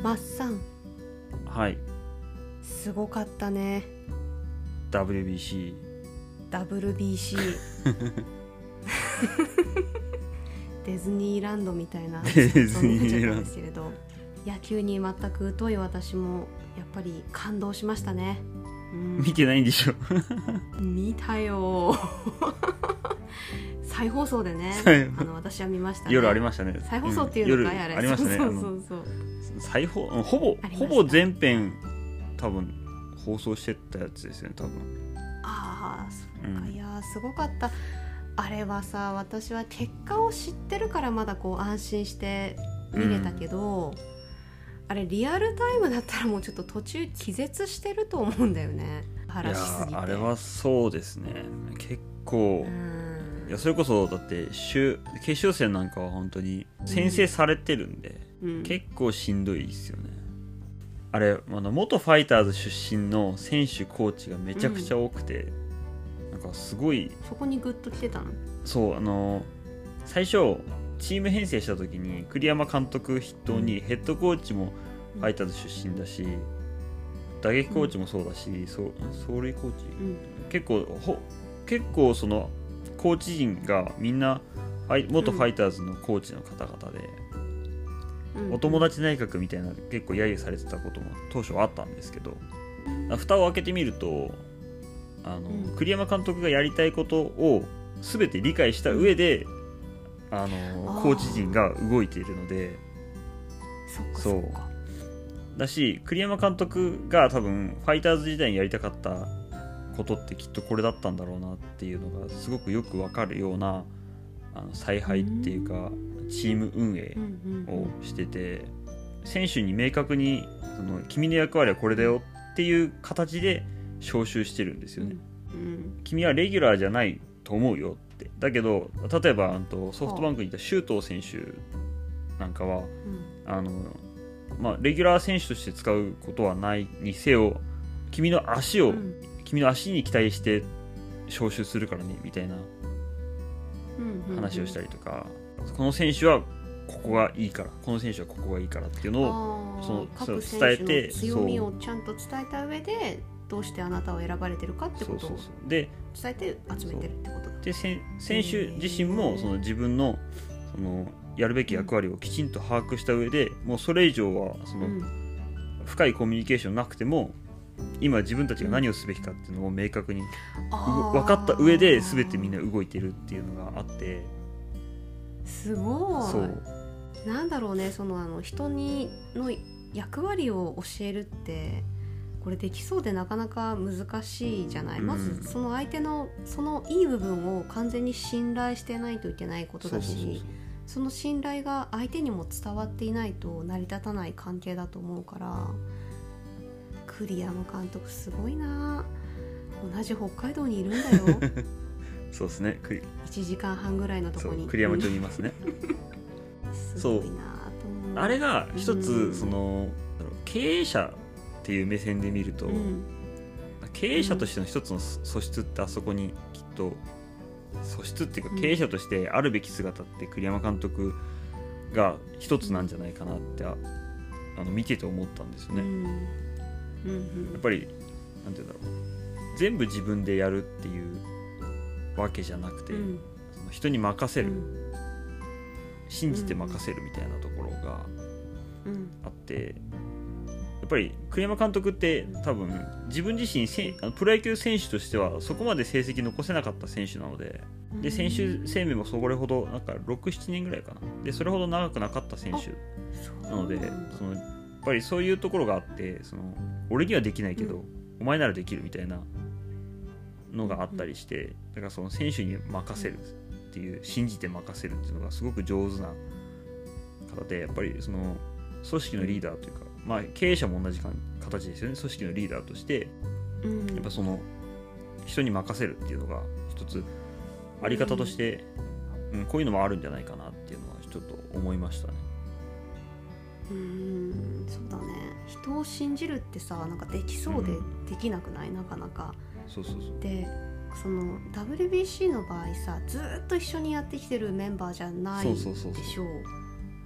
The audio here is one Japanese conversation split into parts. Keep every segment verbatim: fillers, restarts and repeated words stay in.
マッサン、 はい、 すごかったね。 ダブリュービーシーダブリュービーシー ディズニーランドみたいなディズニーランドですけれど、野球に全く疎い私もやっぱり感動しましたね、うん、 見てないんでしょ見たよ再放送でね、あの私は見ましたね。 夜ありましたね。 再放送っていうのか、うん、あれありましたね。 そうそうそう、 再放ほぼほぼ全編多分放送してたやつですよね、多分。 ああ、そうか、 うん、 いやすごかった。あれはさ、私は結果を知ってるからまだこう安心して見れたけど、うん、あれリアルタイムだったらもうちょっと途中気絶してると思うんだよね、腹しすぎて。 いやあれはそうですね、結構、うん、いやそれこそだって決勝戦なんかは本当に先制されてるんで、うん、結構しんどいですよね。あれあの元ファイターズ出身の選手コーチがめちゃくちゃ多くて、うん、なんかすごいそこにグッと来てたの。 そうあの最初チーム編成した時に栗山監督筆頭にヘッドコーチもファイターズ出身だし、うん、打撃コーチもそうだし、うん、そう走塁コーチ、うん、結構ほ結構そのコーチ陣がみんな元ファイターズのコーチの方々で、うん、お友達内閣みたいな結構揶揄されてたことも当初はあったんですけど、蓋を開けてみるとあの、うん、栗山監督がやりたいことを全て理解した上で、うん、あのコーチ陣が動いているので、 そっかそっかだし、栗山監督が多分ファイターズ時代にやりたかったことってきっとこれだったんだろうなっていうのがすごくよくわかるようなあの采配っていうかチーム運営をしてて、選手に明確にその君の役割はこれだよっていう形で招集してるんですよね、うんうん、君はレギュラーじゃないと思うよって。だけど例えばソフトバンクにいた周東選手なんかは、うん、あのまあ、レギュラー選手として使うことはないにせよ君の足を、うん、君の足に期待して招集するからねみたいな話をしたりとか、うんうんうん、この選手はここがいいからこの選手はここがいいからっていうのをその各選手の強みをちゃんと伝えた上でどうしてあなたを選ばれてるかってことを伝えて集めてるってことだ。 で選手自身もその自分のそのやるべき役割をきちんと把握した上で、もうそれ以上はその深いコミュニケーションなくても今自分たちが何をすべきかっていうのを明確に分かった上で全てみんな動いてるっていうのがあって、 すごい。そうなんだろうね、そのあの人にの役割を教えるってこれできそうでなかなか難しいじゃない、うん、まずその相手のそのいい部分を完全に信頼してないといけないことだし、そうそうそうそう、その信頼が相手にも伝わっていないと成り立たない関係だと思うから、栗山監督すごいな。同じ北海道にいるんだよそうですね、 いちじかんはんぐらいのところに栗山町にいますねすごいなと思う。 あれが一つ、うん、その経営者っていう目線で見ると、うん、経営者としての一つの素質ってあそこにきっと素質っていうか経営者としてあるべき姿って栗山監督が一つなんじゃないかなってああの見てて思ったんですよね、うんうんうん、やっぱりなんていうんだろう、全部自分でやるっていうわけじゃなくて、うん、その人に任せる、うん、信じて任せるみたいなところがあって、やっぱり栗山監督って多分自分自身せあのプロ野球選手としてはそこまで成績残せなかった選手なので、で選手生命もそれほどなんかろく、ななねんぐらいかな、でそれほど長くなかった選手なので、そのやっぱりそういうところがあって、その俺にはできないけど、うん、お前ならできるみたいなのがあったりして、だからその選手に任せるっていう、信じて任せるっていうのがすごく上手な方で、やっぱりその組織のリーダーというか、まあ、経営者も同じ形ですよね。組織のリーダーとしてやっぱその人に任せるっていうのが一つあり方として、うんうん、こういうのもあるんじゃないかなっていうのはちょっと思いましたね。 うーん、そうだね。人を信じるってさ、なんかできそうでできなくない、うん、なかなか。 そうそうそう。 でその ダブリュービーシー の場合さ、ずっと一緒にやってきてるメンバーじゃないでしょう。 そうそうそうそう。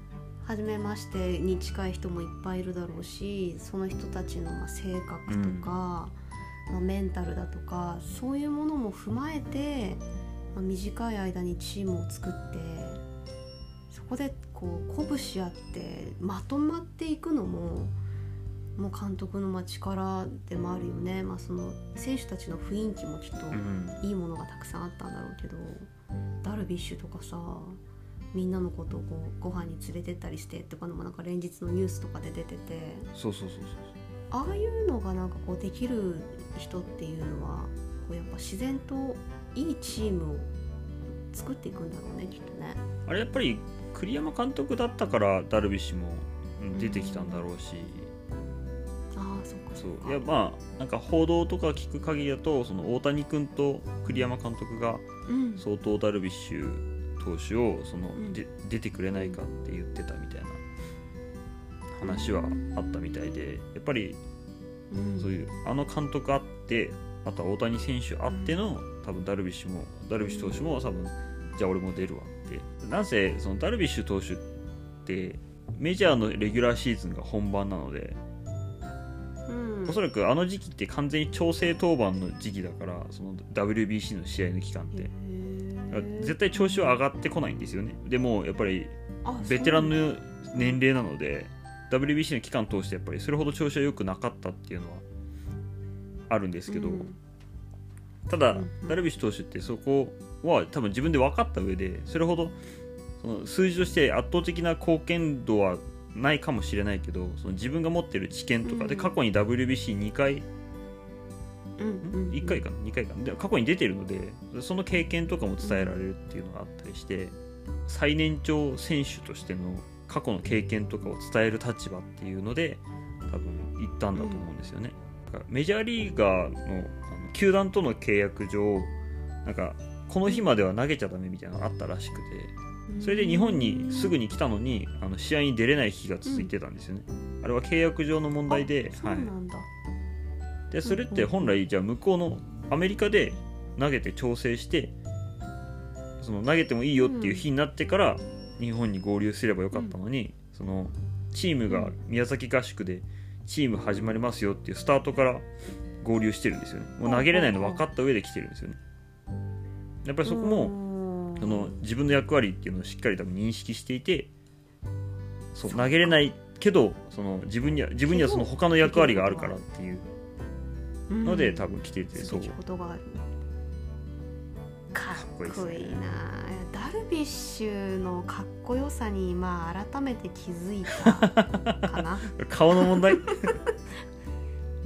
初めましてに近い人もいっぱいいるだろうし、その人たちのまあ性格とか、うんまあ、メンタルだとかそういうものも踏まえて、まあ、短い間にチームを作ってそこでこう鼓舞し合ってまとまっていくのももう監督のまあ力でもあるよね、まあ、その選手たちの雰囲気もきっといいものがたくさんあったんだろうけど、うん、ダルビッシュとかさみんなのことをこうご飯に連れてったりしてとかのもなんか連日のニュースとかで出てて、 そうそうそうそう、 ああいうのがなんかこうできる人っていうのはこうやっぱ自然といいチームを作っていくんだろうねきっとね。 あれやっぱり栗山監督だったからダルビッシュも出てきたんだろうし、 うん、ああそっかそっか。 そういやまあなんか報道とか聞く限りだとその大谷君と栗山監督が相当ダルビッシュ投手をその、うん、で出てくれないかって言ってたみたいな話はあったみたいで、やっぱりそういうあの監督あってあとは大谷選手あっての多分ダルビッシュもダルビッシュ投手も多分じゃあ俺も出るわって。なんせそのダルビッシュ投手ってメジャーのレギュラーシーズンが本番なので、うん、おそらくあの時期って完全に調整登板の時期だから、その ダブリュービーシー の試合の期間って絶対調子は上がってこないんですよね。でもやっぱりベテランの年齢なので ダブリュービーシー の期間通してやっぱりそれほど調子は良くなかったっていうのはあるんですけど、うん、ただ、うん、ダルビッシュ投手ってそこは多分自分で分かった上でそれほどその数字として圧倒的な貢献度はないかもしれないけど、その自分が持ってる知見とかで過去に ダブリュービーシーに 回いっかいかなにかいかなで過去に出てるので、その経験とかも伝えられるっていうのがあったりして、最年長選手としての過去の経験とかを伝える立場っていうので多分行ったんだと思うんですよね。だからメジャーリーガー の, あの球団との契約上なんかこの日までは投げちゃダメみたいなのがあったらしくて、それで日本にすぐに来たのにあの試合に出れない日が続いてたんですよね。あれは契約上の問題で、 そうなんだ、 はい、でそれって本来じゃあ向こうのアメリカで投げて調整してその投げてもいいよっていう日になってから日本に合流すればよかったのに、うん、そのチームが宮崎合宿でチーム始まりますよっていうスタートから合流してるんですよね。もう投げれないの分かった上で来てるんですよね。やっぱりそこもその自分の役割っていうのをしっかり多分認識していて、そう投げれないけどその自分には自分にはその他の役割があるからっていうので多分来てて、 そう。ことがある。かっこいいな。ダルビッシュのかっこよさにまあ改めて気づいたかな。 顔の問題。 うん、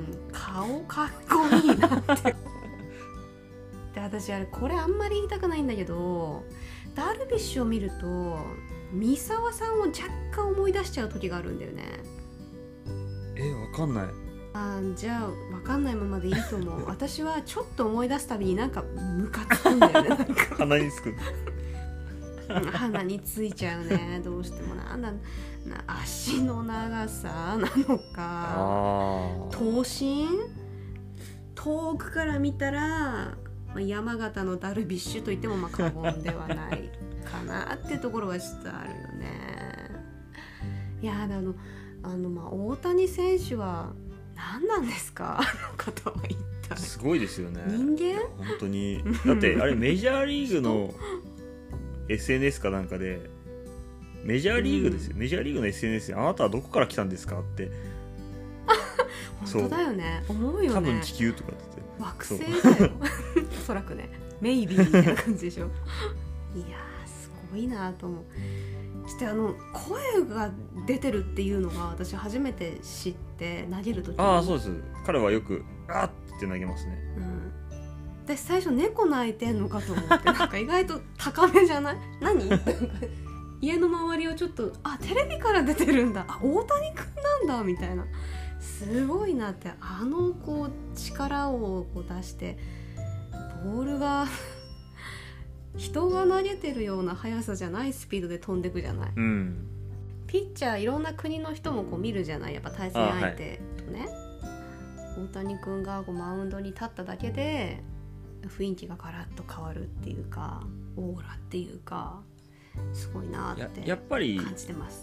顔かっこいいなって。で私あれこれあんまり言いたくないんだけど、ダルビッシュを見ると三沢さんを若干思い出しちゃう時があるんだよね。 え、わかんない。 あ、じゃあ分かんないままでいいと思う。私はちょっと思い出すたびになんかムカつくんだよね。なんか鼻につく。 鼻についちゃうね。どうしてもなんだな、足の長さなのか、頭身、遠くから見たら、まあ、山形のダルビッシュといってもまあ過言ではないかなってところはちょっとあるよね。いやあのあのまあ大谷選手は何なんですか、あの方は一体。 すごいですよね。 人間？ 本当に。だってあれメジャーリーグのエスエヌエス かなんかでメジャーリーグですよ、うん、メジャーリーグの エスエヌエス であなたはどこから来たんですかって本当だよね、思うよね。 多分地球とかって惑星だよ。おそらくね、メイビーみたいな感じでしょ。いやーすごいなと思う。そしてあの声が出てるっていうのが私初めて知って、投げるときに。 ああそうです、彼はよくあーって投げますね。 うん、私最初猫鳴いてんのかと思って、なんか意外と高めじゃない？何？家の周りをちょっと、あ、テレビから出てるんだ、あ、大谷くんなんだみたいな、すごいなって。あのこう力をこう出してボールが人が投げてるような速さじゃないスピードで飛んでくじゃない、 うん、 ピッチャーいろんな国の人もこう見るじゃない、やっぱ対戦相手とね、はい、大谷くんがこうマウンドに立っただけで雰囲気がガラッと変わるっていうか、オーラっていうか、すごいなってやっぱり感じてます。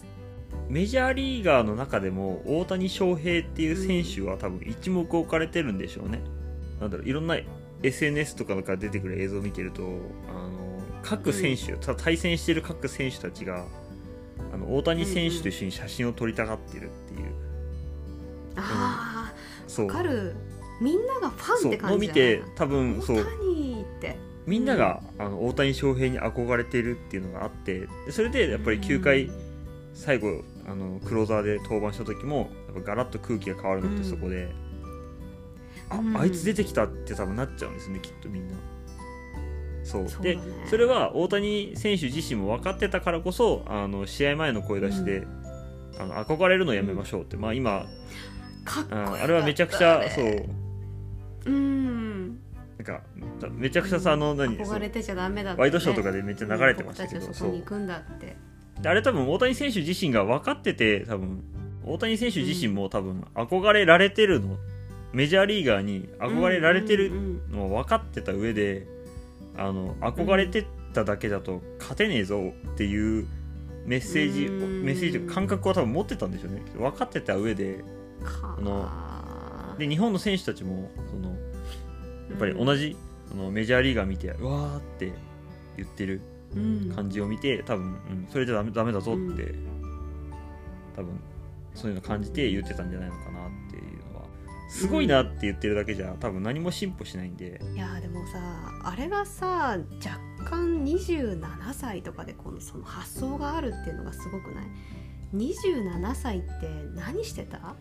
メジャーリーガーの中でも大谷翔平っていう選手は多分一目置かれてるんでしょうね。なんだろう、いろんな エスエヌエス とかから出てくる映像を見てると、あの各選手、うん、対戦している各選手たちがあの大谷選手と一緒に写真を撮りたがってるっていう、うんうん、 ああ、わかる。みんながファンって感じだよね。 の見て多分そう大谷ってみんなが、うん、あの大谷翔平に憧れてるっていうのがあって、でそれでやっぱりきゅうかい、うん、最後あのクローザーで登板した時もやっぱガラッと空気が変わるのってそこで、うん、あ, あいつ出てきたって多分なっちゃうんですね、きっとみんな。そうそう、 でね、 それは大谷選手自身も分かってたからこそ、あの試合前の声出しで、うん、あの憧れるのやめましょうって、うん、まあ今かっこよかった、 あれはめちゃくちゃそううんなんかめちゃくちゃさ、あの何憧れてちゃダメだって、ね、 ワイドショーとかでめっちゃ流れてましたけど、 僕たちはそこに行くんだって。 であれ多分大谷選手自身が分かってて、多分大谷選手自身も多分憧れられてるの、うん、メジャーリーガーに憧れられてるのを分かってた上で、あの憧れてただけだと勝てねえぞっていうメッセージ、うん、メッセージ感覚を多分持ってたんでしょうね。分かってた上で、あので日本の選手たちもそのやっぱり同じ、うん、そのメジャーリーガー見てうわーって言ってる感じを見て、多分、うん、それじゃダメ、ダメだぞって、うん、多分そういうの感じて言ってたんじゃないのかなっていうのは、すごいなって言ってるだけじゃ多分何も進歩しないんで。 いやでもさ、あれがさ若干にじゅうななさいとかでこのその発想があるっていうのがすごくない？にじゅうななさいって何してた？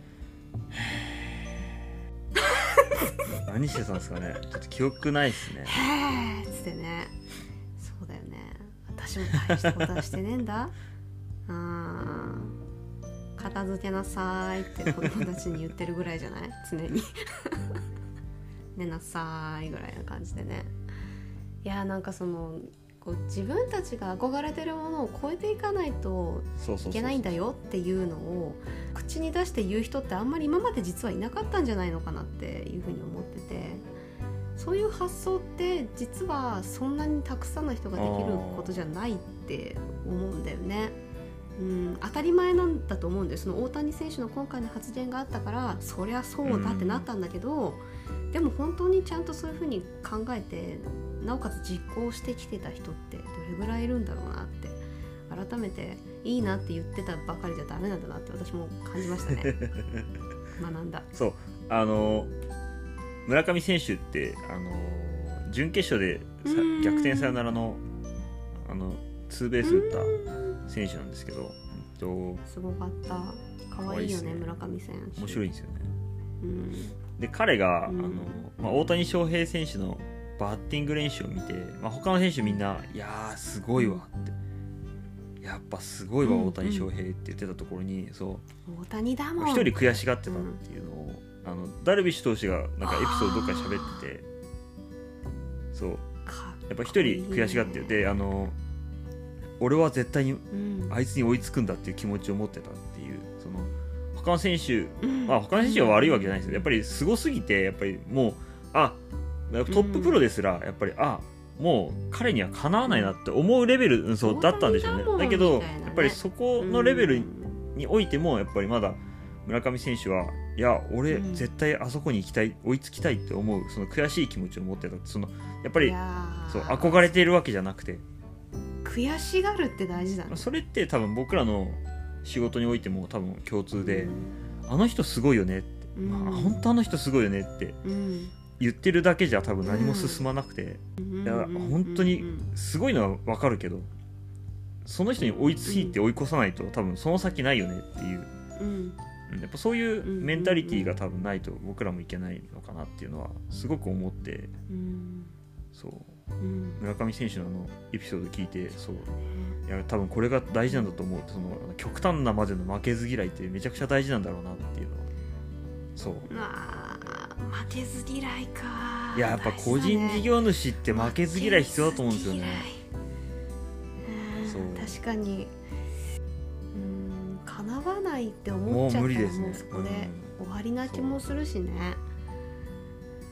何してたんですかね。ちょっと記憶ないですね。 へーっつってね。そうだよね。私も大したことはしてねえんだ。あ片付けなさいって子供たちに言ってるぐらいじゃない？常に寝なさいぐらいな感じでね。いやなんかそのこう自分たちが憧れてるものを超えていかないといけないんだよっていうのを口に出して言う人ってあんまり今まで実はいなかったんじゃないのかなっていうふうに思ってて、そういう発想って実はそんなにたくさんの人ができることじゃないって思うんだよね。うん、当たり前なんだと思うんです。その大谷選手の今回の発言があったからそりゃそうだってなったんだけど、うん、でも本当にちゃんとそういうふうに考えてなおかつ実行してきてた人ってどれぐらいいるんだろうなって改めていいなって言ってたばかりじゃダメなんだなって私も感じましたね学んだ。 そうあの村上選手ってあの準決勝で逆転サヨナラのあのツーベース打った選手なんですけど、 すごかった。可愛いよね、村上選手。 面白いんですよね。 うん、で彼が、うん、あのまあ、大谷翔平選手のバッティング練習を見て、まあ、他の選手みんないやーすごいわってやっぱすごいわ、うん、大谷翔平って言ってたところに、そう大谷だもん一人悔しがってたっていうのを、うん、あのダルビッシュ投手がなんかエピソードどっかで喋ってて、そうやっぱ一人悔しがってて、あの俺は絶対にあいつに追いつくんだっていう気持ちを持ってたっていう、その他の選手、まあ他の選手は悪いわけじゃないですけど、やっぱりすごすぎてやっぱりもうあトッププロですらやっぱりあもう彼にはかなわないなって思うレベル、うん、そうだったんでしょうね。だけどやっぱりそこのレベルにおいてもやっぱりまだ村上選手はいや俺絶対あそこに行きたい追いつきたいって思うその悔しい気持ちを持ってた、そのやっぱりそう憧れているわけじゃなくて悔しがるって大事だね。 それって多分僕らの仕事においても多分共通で、うん、あの人すごいよねって、うんまあ、本当あの人すごいよねって言ってるだけじゃ多分何も進まなくて、うん、いや本当にすごいのは分かるけどその人に追いついて追い越さないと多分その先ないよねっていう、うん、やっぱそういうメンタリティーが多分ないと僕らもいけないのかなっていうのはすごく思って、うん、そううん、村上選手のあのエピソード聞いてそういや多分これが大事なんだと思う。その極端なまでの負けず嫌いってめちゃくちゃ大事なんだろうなっていうのはそうあ負けず嫌いか。 いややっぱ個人事業主って負けず嫌い必要だと思うんですよね。 そう確かにうん叶わないって思っちゃったらもう無理ですね。もうそこで終わりな気もするしね、うん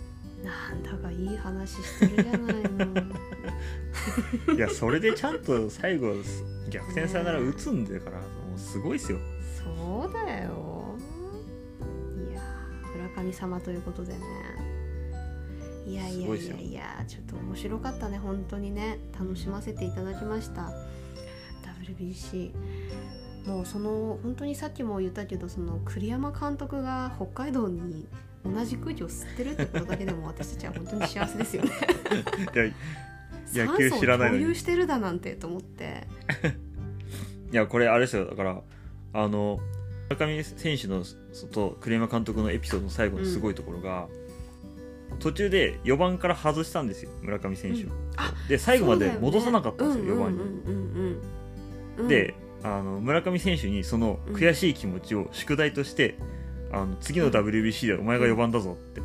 なんだかいい話してるじゃないの。 いやそれでちゃんと最後逆転サヨナラ打つんだから、もうすごいですよ。 そうだよ。いや村神様ということでね。いやいやいやいや、ちょっと面白かったね本当にね。楽しませていただきました ダブリュービーシー。もうその本当にさっきも言ったけど、その栗山監督が北海道に同じ空気を吸ってるってことだけでも私たちは本当に幸せですよね。 いや野球知らないのに酸素を共有してるだなんてと思って。 いやこれあれですよ、だからあの村上選手のと栗山監督のエピソードの最後のすごいところが、うん、途中でよばんから外したんですよ村上選手を、うん、で最後まで戻さなかったんですよ、よばんに。であの村上選手にその悔しい気持ちを宿題として、うん、あの次の ダブリュービーシー でお前がよばんだぞって、うん、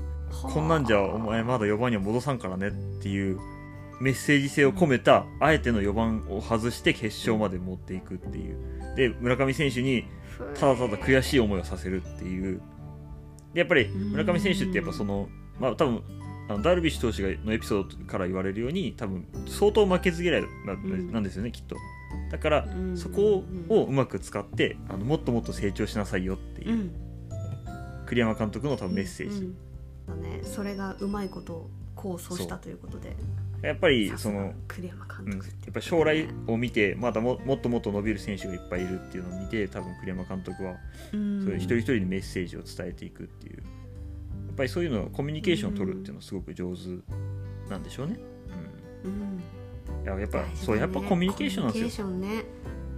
こんなんじゃお前まだよばんには戻さんからねっていうメッセージ性を込めた、うん、あえてのよばんを外して決勝まで持っていくっていう。で村上選手にただただ悔しい思いをさせるっていう。でやっぱり村上選手ってやっぱその、まあ多分あのダルビッシュ投手がのエピソードから言われるように多分相当負けず嫌い な,、うん、なんですよねきっと。だからそこをうまく使ってあのもっともっと成長しなさいよっていう、うん、栗山監督の多分メッセージ、うんうんね、それがうまいことを構想したということで、 やっぱりその栗山監督、うん、やっぱ将来を見てまだ も, もっともっと伸びる選手がいっぱいいるっていうのを見て、多分栗山監督はそういう一人一人にメッセージを伝えていくっていう、やっぱりそういうのをコミュニケーションを取るっていうのはすごく上手なんでしょうね。うん、うん、いややっぱ、ね、そうやっぱコミュニケーションなんですよ。 コミュニケーションね。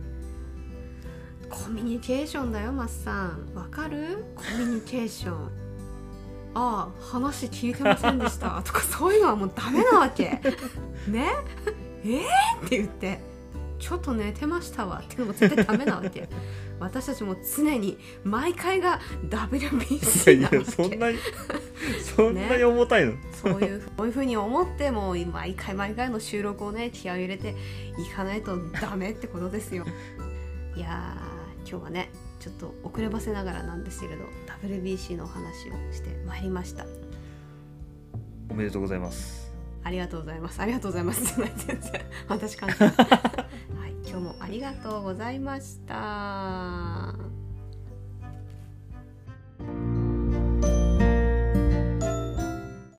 コミュニケーションだよマスさん、わかる？コミュニケーション。ああ話聞いてませんでしたとかそういうのはもうダメなわけね。えーって言ってちょっと寝てましたわっていうのも絶対ダメなわけ。私たちも常に毎回が ダブリュービーシー なわけ。いやそんなにそんなに重たいの、ね、 そういうそういう風に思っても毎回毎回の収録をね気合を入れていかないとダメってことですよ。いやー今日はねちょっと遅ればせながらなんですけれど ダブリュービーシー のお話をしてまいりました。 おめでとうございます。 ありがとうございますありがとうございます全然私関係ない、はい、今日もありがとうございました。